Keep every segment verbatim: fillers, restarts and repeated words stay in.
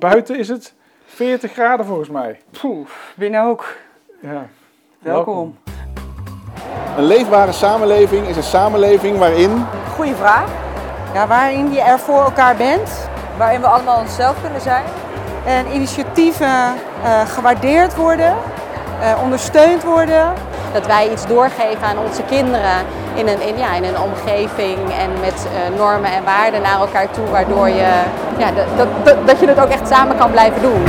buiten is het veertig graden volgens mij. Poeh, binnen ook. Ja. Welkom. Welkom. Een leefbare samenleving is een samenleving waarin... Goeie vraag. Ja, waarin je er voor elkaar bent. Waarin we allemaal onszelf kunnen zijn. En initiatieven uh, gewaardeerd worden, uh, ondersteund worden. Dat wij iets doorgeven aan onze kinderen in een, in, ja, in een omgeving en met uh, normen en waarden naar elkaar toe, waardoor je, ja, dat, dat, dat, dat je het ook echt samen kan blijven doen.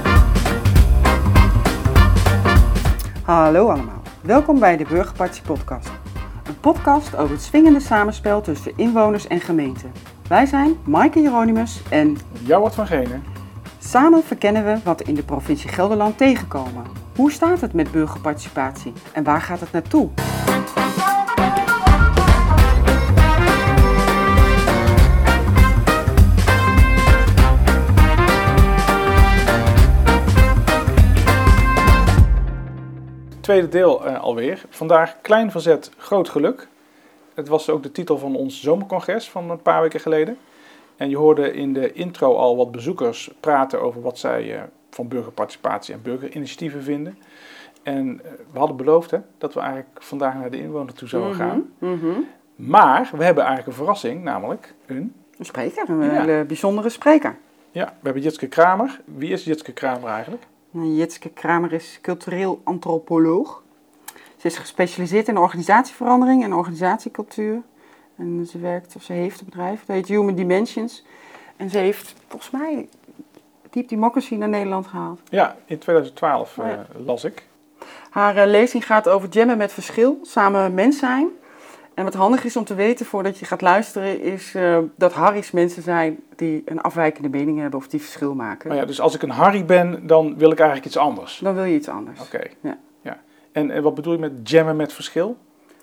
Hallo allemaal, welkom bij de Burgerpartij Podcast. Een podcast over het swingende samenspel tussen inwoners en gemeente. Wij zijn Maaike Hieronymus en Jouwert van Genen. Samen verkennen we wat we in de provincie Gelderland tegenkomen. Hoe staat het met burgerparticipatie en waar gaat het naartoe? Tweede deel uh, alweer. Vandaag klein verzet, groot geluk. Het was ook de titel van ons zomercongres van een paar weken geleden. En je hoorde in de intro al wat bezoekers praten over wat zij uh, van burgerparticipatie en burgerinitiatieven vinden. En uh, we hadden beloofd hè, dat we eigenlijk vandaag naar de inwoner toe zouden Mm-hmm, gaan. Mm-hmm. Maar we hebben eigenlijk een verrassing, namelijk een... Een spreker, een Ja. hele bijzondere spreker. Ja, we hebben Jitske Kramer. Wie is Jitske Kramer eigenlijk? Jitske Kramer is cultureel antropoloog. Ze is gespecialiseerd in organisatieverandering en organisatiecultuur. En ze werkt, of ze heeft een bedrijf, dat heet Human Dimensions. En ze heeft volgens mij Deep Democracy naar Nederland gehaald. Ja, in tweeduizend twaalf Oh ja. uh, las ik. Haar uh, lezing gaat over jammen met verschil, samen mens zijn. En wat handig is om te weten voordat je gaat luisteren, is uh, dat Harry's mensen zijn die een afwijkende mening hebben of die verschil maken. Oh ja, dus als ik een Harry ben, dan wil ik eigenlijk iets anders. Dan wil je iets anders. Oké. Ja. Ja. En, en wat bedoel je met jammen met verschil?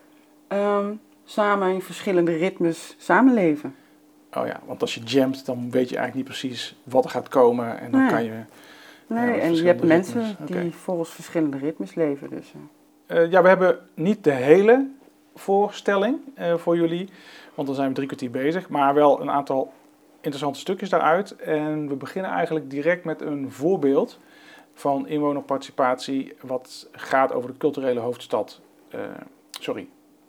Um, samen in verschillende ritmes samenleven. Oh ja, want als je jamt, dan weet je eigenlijk niet precies wat er gaat komen. En dan Nee. kan je... Nee, Ja, en je verschillende hebt mensen ritmes. die Oké. volgens verschillende ritmes leven. Dus, uh. Uh, ja, we hebben niet de hele voorstelling uh, voor jullie, want dan zijn we drie kwartier bezig. Maar wel een aantal interessante stukjes daaruit. En we beginnen eigenlijk direct met een voorbeeld van inwonerparticipatie wat gaat over de culturele hoofdstad. Uh, sorry.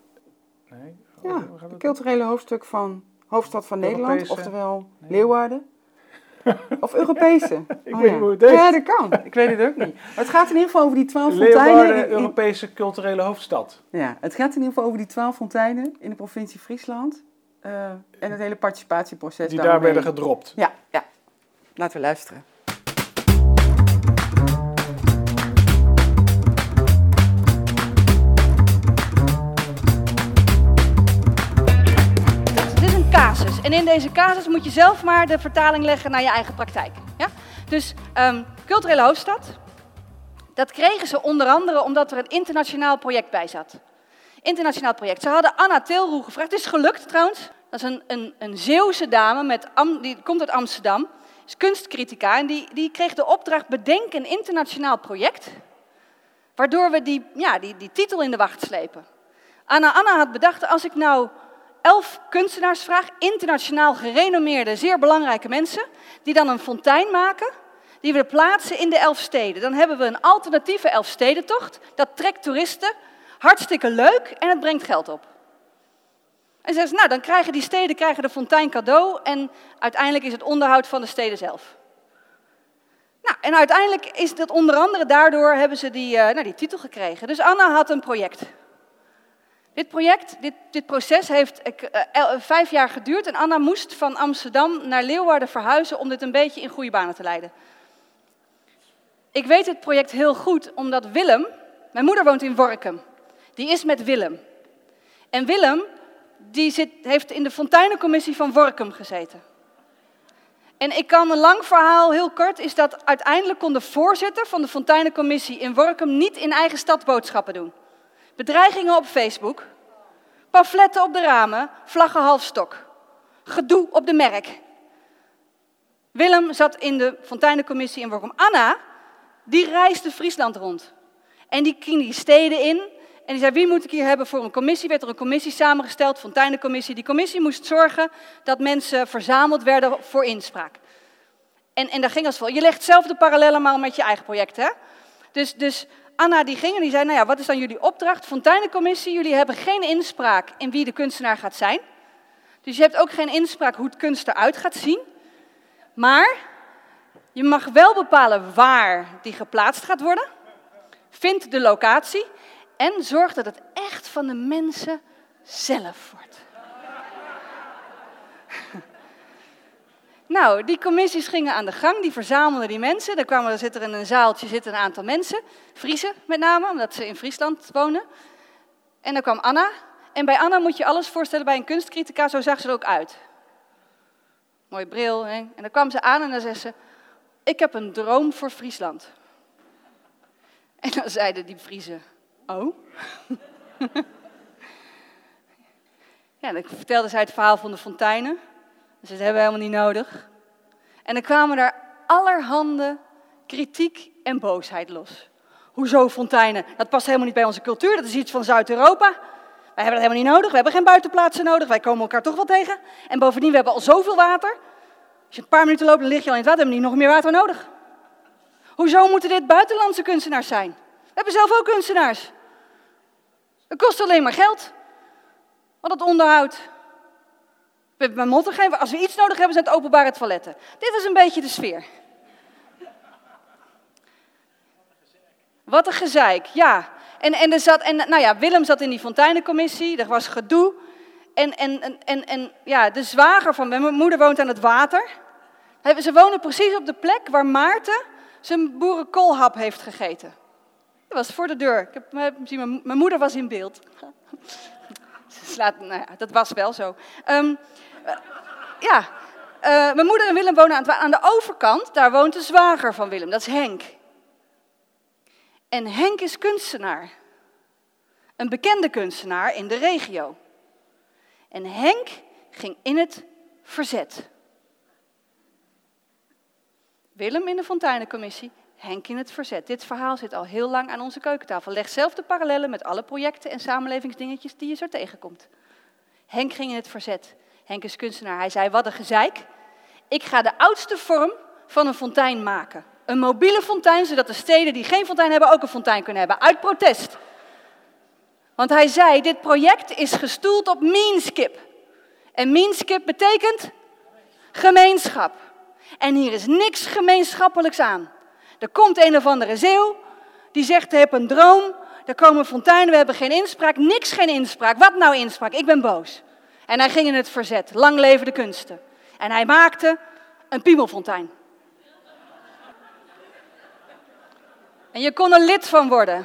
Nee? Ja, Hoe gaat het het? culturele hoofdstuk van hoofdstad van Nederland, Europese- oftewel Nee. Leeuwarden. Of Europese. Ik Oh weet ja. niet hoe het heet. Ja, dat kan. Ik weet het ook niet. Maar het gaat in ieder geval over die twaalf fonteinen. Leeuwarden, in- in- Europese culturele hoofdstad. Ja, het gaat in ieder geval over die twaalf fonteinen in de provincie Friesland. Uh, en het hele participatieproces Die daar daaromheen. werden gedropt. Ja, ja. Laten we luisteren. Dit is een casus. En in deze casus moet je zelf maar de vertaling leggen naar je eigen praktijk. Ja? Dus um, culturele hoofdstad, dat kregen ze onder andere omdat er een internationaal project bij zat. Internationaal project. Ze hadden Anna Teelroe gevraagd. Het is gelukt trouwens. Dat is een, een, een Zeeuwse dame, met Am, die komt uit Amsterdam. Is kunstcritica en die, die kreeg de opdracht: bedenk een internationaal project. Waardoor we die, ja, die, die titel in de wacht slepen. Anna, Anna had bedacht, als ik nou elf kunstenaars vraag, internationaal gerenommeerde, zeer belangrijke mensen, die dan een fontein maken, die we plaatsen in de elf steden. Dan hebben we een alternatieve elfstedentocht. Dat trekt toeristen, hartstikke leuk en het brengt geld op. En ze zei, nou dan krijgen die steden krijgen de fontein cadeau en uiteindelijk is het onderhoud van de steden zelf. Nou, en uiteindelijk is dat onder andere daardoor hebben ze die, uh, nou, die titel gekregen. Dus Anna had een project. Dit project, dit, dit proces heeft uh, uh, vijf jaar geduurd en Anna moest van Amsterdam naar Leeuwarden verhuizen om dit een beetje in goede banen te leiden. Ik weet het project heel goed omdat Willem, mijn moeder woont in Workum, die is met Willem. En Willem, die zit, heeft in de fonteinencommissie van Workum gezeten. En ik kan een lang verhaal, heel kort, is dat uiteindelijk kon de voorzitter van de fonteinencommissie in Workum niet in eigen stad boodschappen doen. Bedreigingen op Facebook, pamfletten op de ramen, vlaggen half stok. Gedoe op de merk. Willem zat in de fonteinencommissie in Workum. Anna, die reisde Friesland rond. En die ging die steden in. En die zei, wie moet ik hier hebben voor een commissie? Werd er een commissie samengesteld, fonteinencommissie. Die commissie moest zorgen dat mensen verzameld werden voor inspraak. En, en daar ging als vol. Je legt zelf de parallellen maar met je eigen project, hè? Dus, dus Anna die ging en die zei, nou ja, wat is dan jullie opdracht? Fonteinencommissie, jullie hebben geen inspraak in wie de kunstenaar gaat zijn. Dus je hebt ook geen inspraak hoe het kunst eruit gaat zien. Maar je mag wel bepalen waar die geplaatst gaat worden. Vind de locatie en zorg dat het echt van de mensen zelf wordt. Nou, die commissies gingen aan de gang, die verzamelden die mensen. Er kwamen, er zit er in een zaaltje zitten een aantal mensen, Friese met name, omdat ze in Friesland wonen. En dan kwam Anna. En bij Anna moet je alles voorstellen bij een kunstcritica, zo zag ze er ook uit. Mooi bril. Hè? En dan kwam ze aan en dan zei ze, ik heb een droom voor Friesland. En dan zeiden die Friesen, oh? Ja, dan vertelde zij het verhaal van de fonteinen. Dus dat hebben we helemaal niet nodig. En dan kwamen daar allerhande kritiek en boosheid los. Hoezo fonteinen? Dat past helemaal niet bij onze cultuur, dat is iets van Zuid-Europa. Wij hebben dat helemaal niet nodig, we hebben geen buitenplaatsen nodig, wij komen elkaar toch wel tegen. En bovendien, we hebben al zoveel water. Als je een paar minuten loopt, dan lig je al in het water, we hebben niet nog meer water nodig. Hoezo moeten dit buitenlandse kunstenaars zijn? We hebben zelf ook kunstenaars. Het kost alleen maar geld. Wat het onderhoud. We hebben mijn motto gegeven, als we iets nodig hebben, zijn het openbare toiletten. Dit was een beetje de sfeer. Wat een gezeik, ja. En, en, er zat, en nou ja, Willem zat in die fonteinencommissie, er was gedoe. En, en, en, en, en ja, de zwager van mijn moeder woont aan het water. Ze wonen precies op de plek waar Maarten zijn boerenkoolhap heeft gegeten. Dat was voor de deur. Ik heb, mijn, mijn moeder was in beeld. Slaat, nou ja, dat was wel zo. Um, uh, ja, uh, mijn moeder en Willem wonen aan, het, aan de overkant. Daar woont de zwager van Willem, dat is Henk. En Henk is kunstenaar. Een bekende kunstenaar in de regio. En Henk ging in het verzet. Willem in de Fonteinencommissie, Henk in het verzet. Dit verhaal zit al heel lang aan onze keukentafel. Leg zelf de parallellen met alle projecten en samenlevingsdingetjes die je zo tegenkomt. Henk ging in het verzet. Henk is kunstenaar. Hij zei, wat een gezeik. Ik ga de oudste vorm van een fontein maken. Een mobiele fontein, zodat de steden die geen fontein hebben ook een fontein kunnen hebben. Uit protest. Want hij zei, dit project is gestoeld op meanskip. En meanskip betekent gemeenschap. En hier is niks gemeenschappelijks aan. Er komt een of andere zeeuw, die zegt, ik heb een droom, er komen fonteinen, we hebben geen inspraak. Niks geen inspraak. Wat nou inspraak? Ik ben boos. En hij ging in het verzet. Lang leven de kunsten. En hij maakte een piemelfontein. En je kon er lid van worden.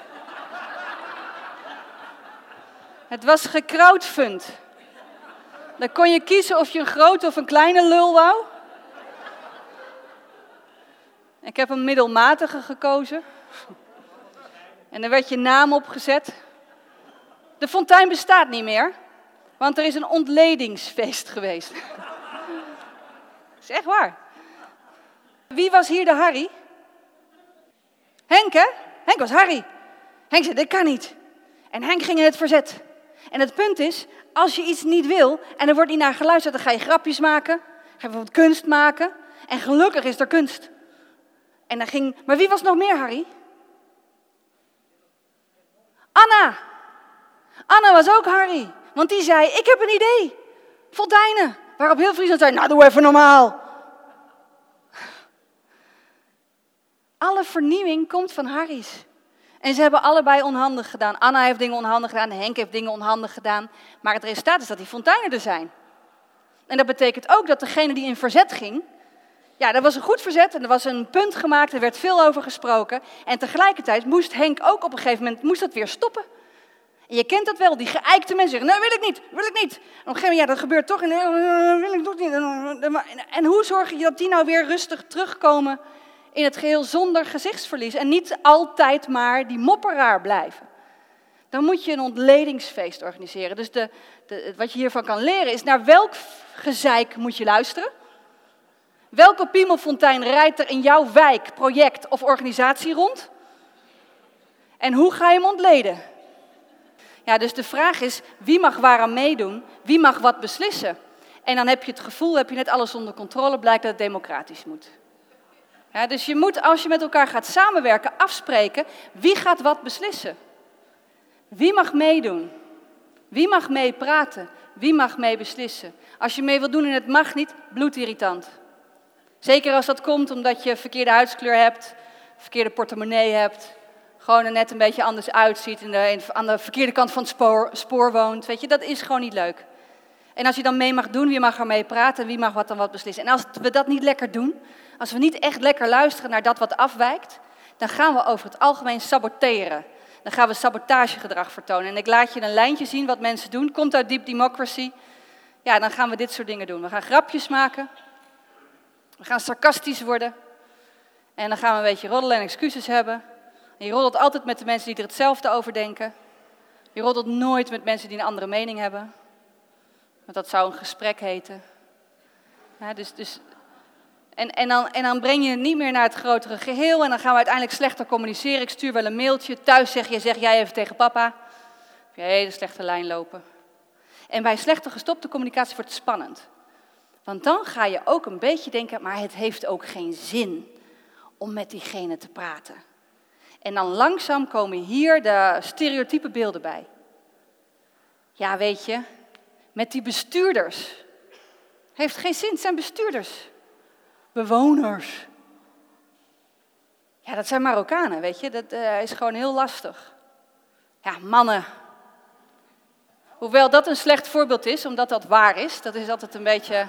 Het was gecrowdfund. Dan kon je kiezen of je een grote of een kleine lul wou. Ik heb een middelmatige gekozen. En er werd je naam opgezet. De fontein bestaat niet meer, want er is een ontledingsfeest geweest. Dat is echt waar. Wie was hier de Harry? Henk, hè? Henk was Harry. Henk zei, dit kan niet. En Henk ging in het verzet. En het punt is, als je iets niet wil en er wordt niet naar geluisterd, dan ga je grapjes maken. Ga je bijvoorbeeld kunst maken. En gelukkig is er kunst. En dan ging, maar wie was nog meer, Harry? Anna. Anna was ook Harry. Want die zei, ik heb een idee. Fonteinen. Waarop heel Friesland zei, nou doe even normaal. Alle vernieuwing komt van Harry's. En ze hebben allebei onhandig gedaan. Anna heeft dingen onhandig gedaan, Henk heeft dingen onhandig gedaan. Maar het resultaat is dat die fonteinen er zijn. En dat betekent ook dat degene die in verzet ging, ja, dat was een goed verzet en er was een punt gemaakt, er werd veel over gesproken. En tegelijkertijd moest Henk ook op een gegeven moment, moest dat weer stoppen. En je kent dat wel, die geëikte mensen zeggen, nee, wil ik niet, wil ik niet. En op een gegeven moment, ja, dat gebeurt toch en uh, wil ik toch niet. En hoe zorg je dat die nou weer rustig terugkomen in het geheel zonder gezichtsverlies en niet altijd maar die mopperaar blijven? Dan moet je een ontledingsfeest organiseren. Dus de, de, wat je hiervan kan leren is, naar welk gezeik moet je luisteren? Welke piemelfontein rijdt er in jouw wijk, project of organisatie rond? En hoe ga je hem ontleden? Ja, dus de vraag is, wie mag waar aan meedoen? Wie mag wat beslissen? En dan heb je het gevoel, heb je net alles onder controle, blijkt dat het democratisch moet. Ja, dus je moet, als je met elkaar gaat samenwerken, afspreken wie gaat wat beslissen. Wie mag meedoen? Wie mag meepraten? Wie mag mee beslissen? Als je mee wilt doen en het mag niet, bloedirritant. Zeker als dat komt omdat je verkeerde huidskleur hebt, verkeerde portemonnee hebt, gewoon er net een beetje anders uitziet en de, aan de verkeerde kant van het spoor, spoor woont. Weet je, dat is gewoon niet leuk. En als je dan mee mag doen, wie mag er mee praten, wie mag wat dan wat beslissen. En als we dat niet lekker doen, als we niet echt lekker luisteren naar dat wat afwijkt, dan gaan we over het algemeen saboteren. Dan gaan we sabotagegedrag vertonen. En ik laat je een lijntje zien wat mensen doen. Komt uit Deep Democracy. Ja, dan gaan we dit soort dingen doen. We gaan grapjes maken. We gaan sarcastisch worden. En dan gaan we een beetje roddelen en excuses hebben. En je roddelt altijd met de mensen die er hetzelfde over denken. Je roddelt nooit met mensen die een andere mening hebben. Want dat zou een gesprek heten. Ja, dus, dus, en, en, dan, en dan breng je het niet meer naar het grotere geheel. En dan gaan we uiteindelijk slechter communiceren. Ik stuur wel een mailtje. Thuis zeg je, zeg jij even tegen papa. Heb je een hele slechte lijn lopen. En bij slechte gestopte communicatie wordt het spannend. Want dan ga je ook een beetje denken, maar het heeft ook geen zin om met diegene te praten. En dan langzaam komen hier de stereotype beelden bij. Ja, weet je, met die bestuurders. Heeft geen zin, het zijn bestuurders. Bewoners. Ja, dat zijn Marokkanen, weet je, dat uh, is gewoon heel lastig. Ja, mannen. Hoewel dat een slecht voorbeeld is, omdat dat waar is, dat is altijd een beetje...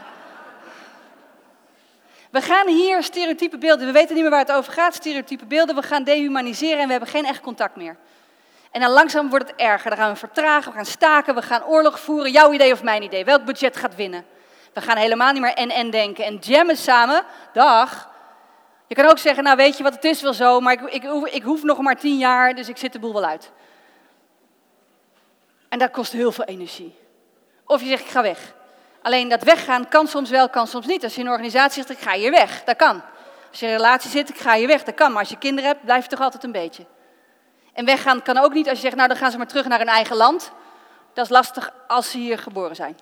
We gaan hier stereotype beelden, we weten niet meer waar het over gaat, stereotype beelden, we gaan dehumaniseren en we hebben geen echt contact meer. En dan langzaam wordt het erger, dan gaan we vertragen, we gaan staken, we gaan oorlog voeren, jouw idee of mijn idee, welk budget gaat winnen. We gaan helemaal niet meer en-en denken en jammen samen, dag. Je kan ook zeggen, nou weet je wat, het is wel zo, maar ik, ik, ik hoef nog maar tien jaar, dus ik zit de boel wel uit. En dat kost heel veel energie. Of je zegt, ik ga weg. Alleen dat weggaan kan soms wel, kan soms niet. Als je in een organisatie zegt, ik ga hier weg, dat kan. Als je in een relatie zit, ik ga hier weg, dat kan. Maar als je kinderen hebt, blijf je toch altijd een beetje. En weggaan kan ook niet als je zegt, nou dan gaan ze maar terug naar hun eigen land. Dat is lastig als ze hier geboren zijn.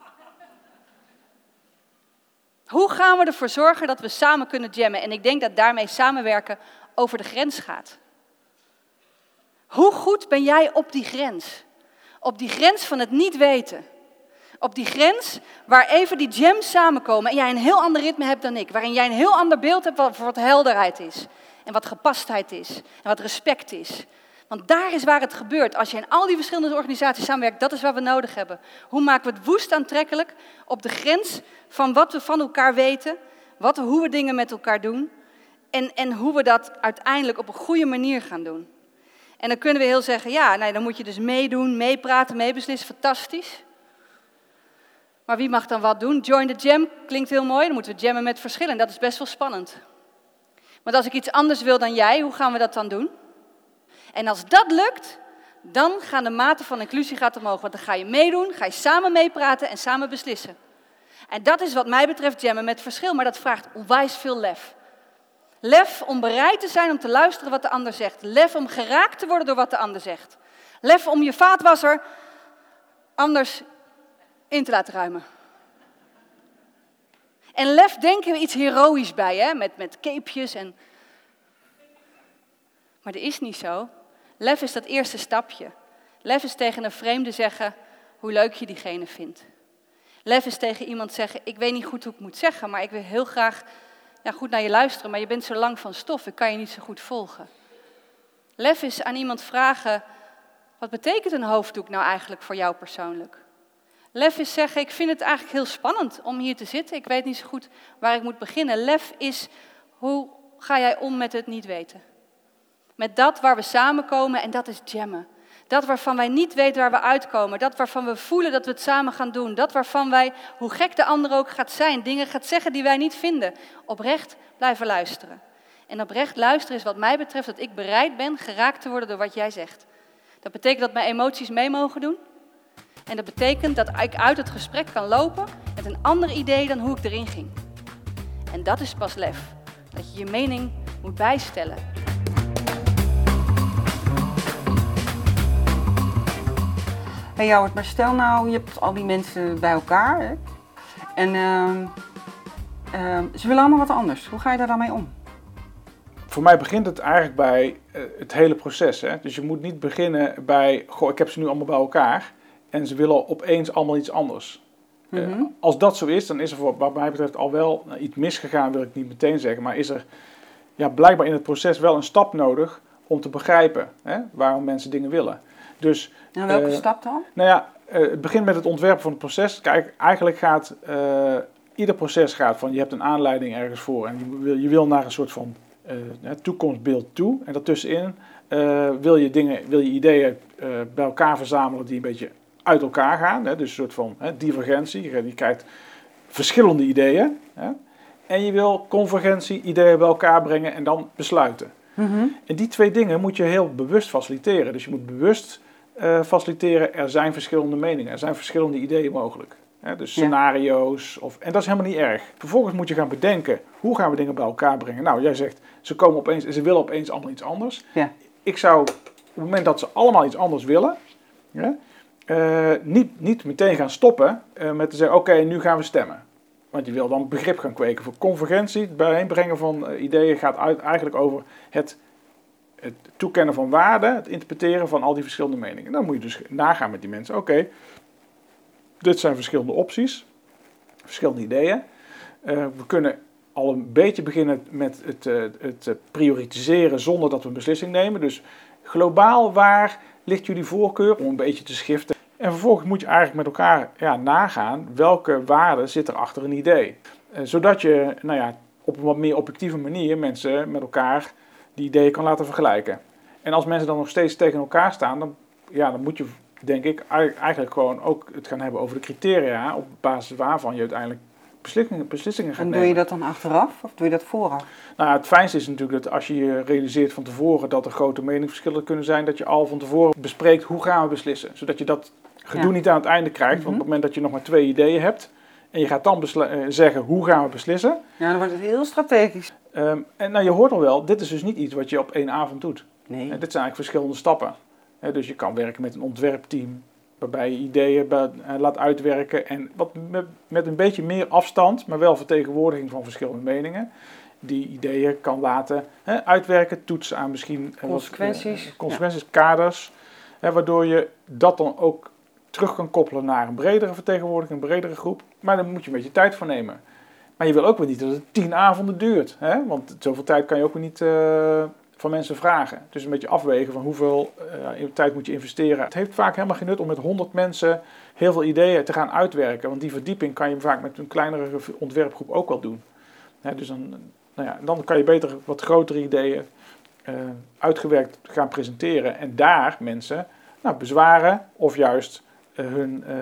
Hoe gaan we ervoor zorgen dat we samen kunnen jammen? En ik denk dat daarmee samenwerken over de grens gaat. Hoe goed ben jij op die grens? Op die grens van het niet weten. Op die grens waar even die jams samenkomen en jij een heel ander ritme hebt dan ik. Waarin jij een heel ander beeld hebt van wat helderheid is. En wat gepastheid is. En wat respect is. Want daar is waar het gebeurt. Als je in al die verschillende organisaties samenwerkt, dat is wat we nodig hebben. Hoe maken we het woest aantrekkelijk op de grens van wat we van elkaar weten. Wat, hoe we dingen met elkaar doen. En, en hoe we dat uiteindelijk op een goede manier gaan doen. En dan kunnen we heel zeggen, ja, nee, dan moet je dus meedoen, meepraten, meebeslissen. Fantastisch. Maar wie mag dan wat doen? Join the jam klinkt heel mooi. Dan moeten we jammen met verschillen. En dat is best wel spannend. Want als ik iets anders wil dan jij, hoe gaan we dat dan doen? En als dat lukt, dan gaan de maten van inclusie gaat omhoog. Want dan ga je meedoen, ga je samen meepraten en samen beslissen. En dat is wat mij betreft jammen met verschil. Maar dat vraagt onwijs veel lef. Lef om bereid te zijn om te luisteren wat de ander zegt. Lef om geraakt te worden door wat de ander zegt. Lef om je vaatwasser anders in te laten ruimen. En lef denken we iets heroïs bij, hè? Met, met capejes en... Maar dat is niet zo. Lef is dat eerste stapje. Lef is tegen een vreemde zeggen hoe leuk je diegene vindt. Lef is tegen iemand zeggen, ik weet niet goed hoe ik moet zeggen, maar ik wil heel graag ja, goed naar je luisteren, maar je bent zo lang van stof, ik kan je niet zo goed volgen. Lef is aan iemand vragen, wat betekent een hoofddoek nou eigenlijk voor jou persoonlijk? Lef is zeggen, ik vind het eigenlijk heel spannend om hier te zitten. Ik weet niet zo goed waar ik moet beginnen. Lef is, hoe ga jij om met het niet weten? Met dat waar we samenkomen en dat is jammen. Dat waarvan wij niet weten waar we uitkomen. Dat waarvan we voelen dat we het samen gaan doen. Dat waarvan wij, hoe gek de ander ook gaat zijn, dingen gaat zeggen die wij niet vinden. Oprecht blijven luisteren. En oprecht luisteren is wat mij betreft dat ik bereid ben geraakt te worden door wat jij zegt. Dat betekent dat mijn emoties mee mogen doen. En dat betekent dat ik uit het gesprek kan lopen met een ander idee dan hoe ik erin ging. En dat is pas lef. Dat je je mening moet bijstellen. Hey Jouwert, maar stel nou, je hebt al die mensen bij elkaar. Hè? En uh, uh, ze willen allemaal wat anders. Hoe ga je daar dan mee om? Voor mij begint het eigenlijk bij uh, het hele proces. Hè? Dus je moet niet beginnen bij, goh, ik heb ze nu allemaal bij elkaar en ze willen opeens allemaal iets anders. Mm-hmm. Uh, als dat zo is, dan is er voor, wat mij betreft al wel nou, iets misgegaan, wil ik niet meteen zeggen. Maar is er ja, blijkbaar in het proces wel een stap nodig om te begrijpen hè, waarom mensen dingen willen. Dus, en welke uh, stap dan? Nou ja, uh, het begint met het ontwerpen van het proces. Kijk, eigenlijk gaat uh, ieder proces gaat van je hebt een aanleiding ergens voor en je wil, je wil naar een soort van uh, toekomstbeeld toe. En daartussenin uh, wil je dingen, wil je ideeën uh, bij elkaar verzamelen die een beetje uit elkaar gaan. Hè? Dus een soort van hè, divergentie. Je krijgt verschillende ideeën. Hè? En je wil convergentie, ideeën bij elkaar brengen en dan besluiten. Mm-hmm. En die twee dingen moet je heel bewust faciliteren. Dus je moet bewust uh, faciliteren, er zijn verschillende meningen, er zijn verschillende ideeën mogelijk. Hè? Dus scenario's, ja. of, en dat is helemaal niet erg. Vervolgens moet je gaan bedenken, hoe gaan we dingen bij elkaar brengen? Nou, jij zegt, ze komen opeens, ze willen opeens allemaal iets anders. Ja. Ik zou, op het moment dat ze allemaal iets anders willen, ja, uh, niet, niet meteen gaan stoppen uh, met te zeggen, oké, okay, nu gaan we stemmen. Want je wil dan begrip gaan kweken voor convergentie. Het bijeenbrengen van uh, ideeën gaat uit, eigenlijk over het, het toekennen van waarde, het interpreteren van al die verschillende meningen. Dan moet je dus nagaan met die mensen. Oké, okay, dit zijn verschillende opties, verschillende ideeën. Uh, we kunnen al een beetje beginnen met het, uh, het prioritiseren zonder dat we een beslissing nemen. Dus globaal, waar ligt jullie voorkeur om een beetje te schiften? En vervolgens moet je eigenlijk met elkaar ja, nagaan welke waarde zit er achter een idee. Uh, zodat je nou ja, op een wat meer objectieve manier mensen met elkaar die ideeën kan laten vergelijken. En als mensen dan nog steeds tegen elkaar staan, dan, ja, dan moet je, denk ik, eigenlijk gewoon ook het gaan hebben over de criteria op basis waarvan je uiteindelijk beslissingen, beslissingen gaat en nemen. Doe je dat dan achteraf of doe je dat vooraf? Nou, het fijnste is natuurlijk dat als je je realiseert van tevoren dat er grote meningsverschillen kunnen zijn, dat je al van tevoren bespreekt hoe gaan we beslissen. Zodat je dat gedoe ja. niet aan het einde krijgt. Mm-hmm. Want op het moment dat je nog maar twee ideeën hebt en je gaat dan besla- uh, zeggen hoe gaan we beslissen. Ja, dan wordt het heel strategisch. Um, en nou, je hoort al wel, dit is dus niet iets wat je op één avond doet. Nee. Uh, dit zijn eigenlijk verschillende stappen. Uh, dus je kan werken met een ontwerpteam waarbij je ideeën uh, laat uitwerken en wat met, met een beetje meer afstand, maar wel vertegenwoordiging van verschillende meningen, die ideeën kan laten uh, uitwerken, toetsen aan misschien uh, consequenties, wat, uh, consequenties ja. kaders, uh, waardoor je dat dan ook terug kan koppelen naar een bredere vertegenwoordiging, een bredere groep. Maar daar moet je een beetje tijd voor nemen. Maar je wil ook weer niet dat het tien avonden duurt. Hè? Want zoveel tijd kan je ook weer niet uh, van mensen vragen. Dus een beetje afwegen van hoeveel uh, tijd moet je investeren. Het heeft vaak helemaal geen nut om met honderd mensen heel veel ideeën te gaan uitwerken. Want die verdieping kan je vaak met een kleinere ontwerpgroep ook wel doen. Hè? Dus dan, nou ja, dan kan je beter wat grotere ideeën uh, uitgewerkt gaan presenteren. En daar mensen nou, bezwaren of juist uh, hun... Uh,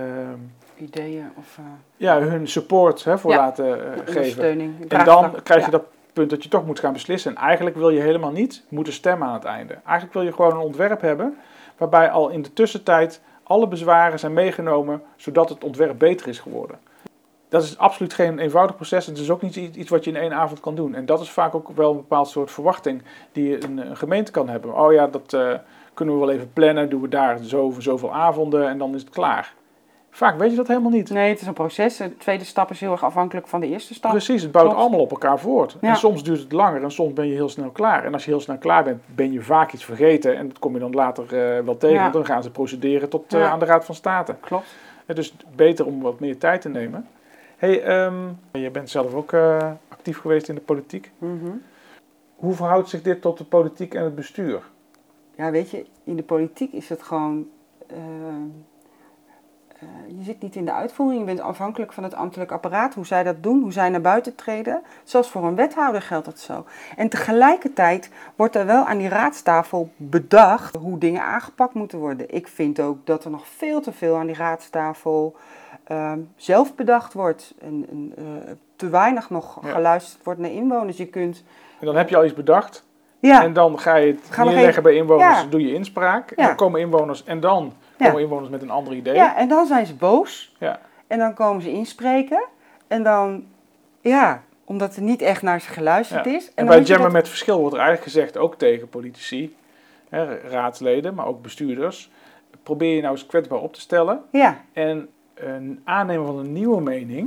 ideeën of... Uh... Ja, hun support hè, voor ja, laten uh, geven. En dan krijg je ja. dat punt dat je toch moet gaan beslissen. En eigenlijk wil je helemaal niet moeten stemmen aan het einde. Eigenlijk wil je gewoon een ontwerp hebben waarbij al in de tussentijd alle bezwaren zijn meegenomen zodat het ontwerp beter is geworden. Dat is absoluut geen eenvoudig proces. Het is ook niet iets wat je in één avond kan doen. En dat is vaak ook wel een bepaald soort verwachting die een, een gemeente kan hebben. Oh ja, dat uh, kunnen we wel even plannen. Doen we daar zo voor zoveel avonden en dan is het klaar. Vaak weet je dat helemaal niet. Nee, het is een proces. De tweede stap is heel erg afhankelijk van de eerste stap. Precies, het bouwt Klopt. allemaal op elkaar voort. Ja. En soms duurt het langer en soms ben je heel snel klaar. En als je heel snel klaar bent, ben je vaak iets vergeten. En dat kom je dan later uh, wel tegen. Ja. Want dan gaan ze procederen tot uh, ja. aan de Raad van State. Klopt. En dus beter om wat meer tijd te nemen. Hey, um, je bent zelf ook uh, actief geweest in de politiek. Mm-hmm. Hoe verhoudt zich dit tot de politiek en het bestuur? Ja, weet je, in de politiek is het gewoon... Uh, Uh, je zit niet in de uitvoering, je bent afhankelijk van het ambtelijk apparaat, hoe zij dat doen, hoe zij naar buiten treden. Zoals voor een wethouder geldt dat zo. En tegelijkertijd wordt er wel aan die raadstafel bedacht hoe dingen aangepakt moeten worden. Ik vind ook dat er nog veel te veel aan die raadstafel uh, zelf bedacht wordt. En, en uh, te weinig nog ja. geluisterd wordt naar inwoners. Je kunt... En dan heb je al iets bedacht ja. en dan ga je het ga neerleggen even... bij inwoners, ja. doe je inspraak. En ja. dan komen inwoners en dan... Ja. komen inwoners met een ander idee. Ja, en dan zijn ze boos. Ja. En dan komen ze inspreken. En dan, ja, omdat er niet echt naar ze geluisterd ja. is. En, en dan bij Jammen dat... met Verschil wordt er eigenlijk gezegd, ook tegen politici, hè, raadsleden, maar ook bestuurders, probeer je nou eens kwetsbaar op te stellen. Ja. En een aannemen van een nieuwe mening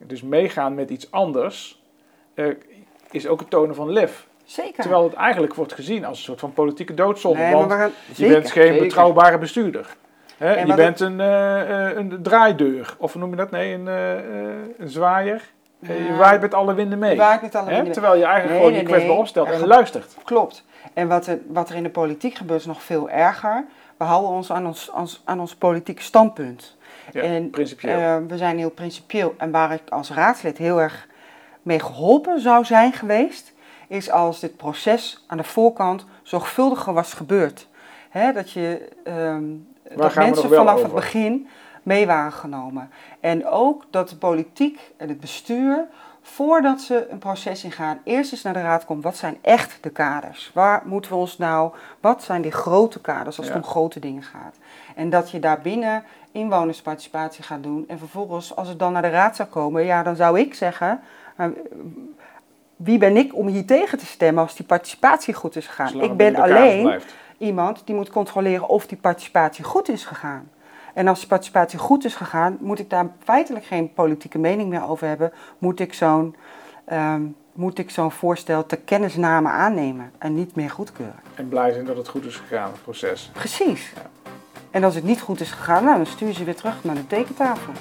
Dus meegaan met iets anders uh, is ook het tonen van lef. Zeker. Terwijl het eigenlijk wordt gezien als een soort van politieke doodzonde. Nee, want maar we gaan, je zeker, bent geen zeker. betrouwbare bestuurder. Hè? Je wat bent een, uh, een draaideur. Of hoe noem je dat? Nee, een, uh, een zwaaier. Ja. Je waait met alle winden mee. Waait met alle Hè? winden Terwijl je eigenlijk nee, gewoon nee, je kwetsbaar nee. opstelt Er en ge- luistert. Klopt. En wat er, wat er in de politiek gebeurt is nog veel erger. We houden ons aan ons, aan, aan ons politieke standpunt. Ja, en, principieel. Uh, we zijn heel principieel. En waar ik als raadslid heel erg mee geholpen zou zijn geweest, is als dit proces aan de voorkant zorgvuldiger was gebeurd. Hè, dat je, um, dat mensen vanaf over? het begin mee waren genomen. En ook dat de politiek en het bestuur, voordat ze een proces ingaan, eerst eens naar de raad komt. Wat zijn echt de kaders? Waar moeten we ons nou, wat zijn die grote kaders als ja. het om grote dingen gaat? En dat je daarbinnen inwonersparticipatie gaat doen. En vervolgens, als het dan naar de raad zou komen, ja, dan zou ik zeggen, uh, wie ben ik om hier tegen te stemmen als die participatie goed is gegaan? Zolang ik ben alleen blijft. iemand die moet controleren of die participatie goed is gegaan. En als de participatie goed is gegaan, moet ik daar feitelijk geen politieke mening meer over hebben. Moet ik zo'n, um, moet ik zo'n voorstel ter kennisname aannemen en niet meer goedkeuren. En blij zijn dat het goed is gegaan, het proces. Precies. Ja. En als het niet goed is gegaan, nou, dan stuur je ze weer terug naar de tekentafel.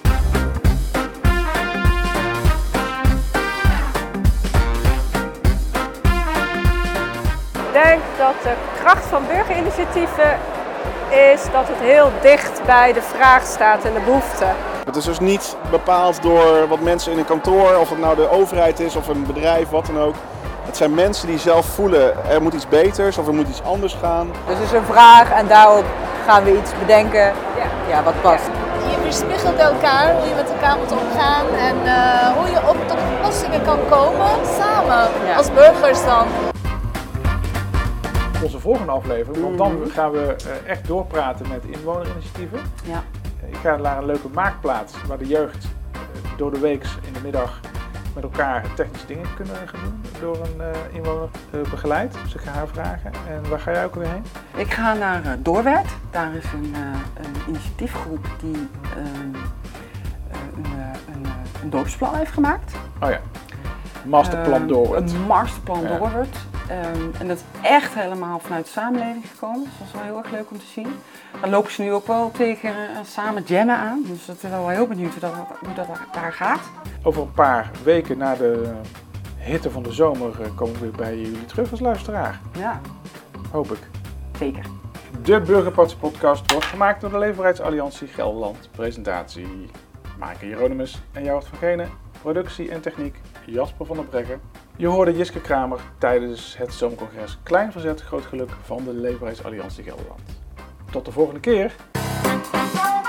Ik denk dat de kracht van burgerinitiatieven is dat het heel dicht bij de vraag staat en de behoefte. Het is dus niet bepaald door wat mensen in een kantoor, of het nou de overheid is of een bedrijf, wat dan ook. Het zijn mensen die zelf voelen, er moet iets beters of er moet iets anders gaan. Dus het is een vraag en daarop gaan we iets bedenken ja. Ja, wat past. Je weerspiegelt elkaar, hoe je met elkaar moet omgaan en uh, hoe je op tot oplossingen kan komen, samen, ja. als burgers dan. Onze volgende aflevering, want dan gaan we uh, echt doorpraten met inwonerinitiatieven. Ja. Ik ga naar een leuke maakplaats waar de jeugd uh, door de week in de middag met elkaar technische dingen kunnen gaan doen door een uh, inwoner uh, begeleid. Dus ik ga haar vragen. En waar ga jij ook weer heen? Ik ga naar uh, Doorwerth. Daar is een, uh, een initiatiefgroep die uh, een, uh, een, uh, een dorpsplan heeft gemaakt. Oh ja, masterplan uh, Doorwerth. Een masterplan ja. Doorwerth. Um, en dat is echt helemaal vanuit de samenleving gekomen. Dus dat is wel heel erg leuk om te zien. Daar lopen ze nu ook wel tegen uh, samen jammen aan. Dus ik ben wel heel benieuwd hoe dat, hoe dat daar gaat. Over een paar weken na de hitte van de zomer uh, komen we weer bij jullie terug als luisteraar. Ja. Hoop ik. Zeker. De Burgerpartij-podcast wordt gemaakt door de Leefbaarheidsalliantie Gelderland. Presentatie Maaike Hieronymus en Jowert van Genen. Productie en techniek Jasper van der Breggen. Je hoorde Jiske Kramer tijdens het Zomercongres Klein Verzet Groot Geluk van de Leefbaarheidsalliantie Gelderland. Tot de volgende keer!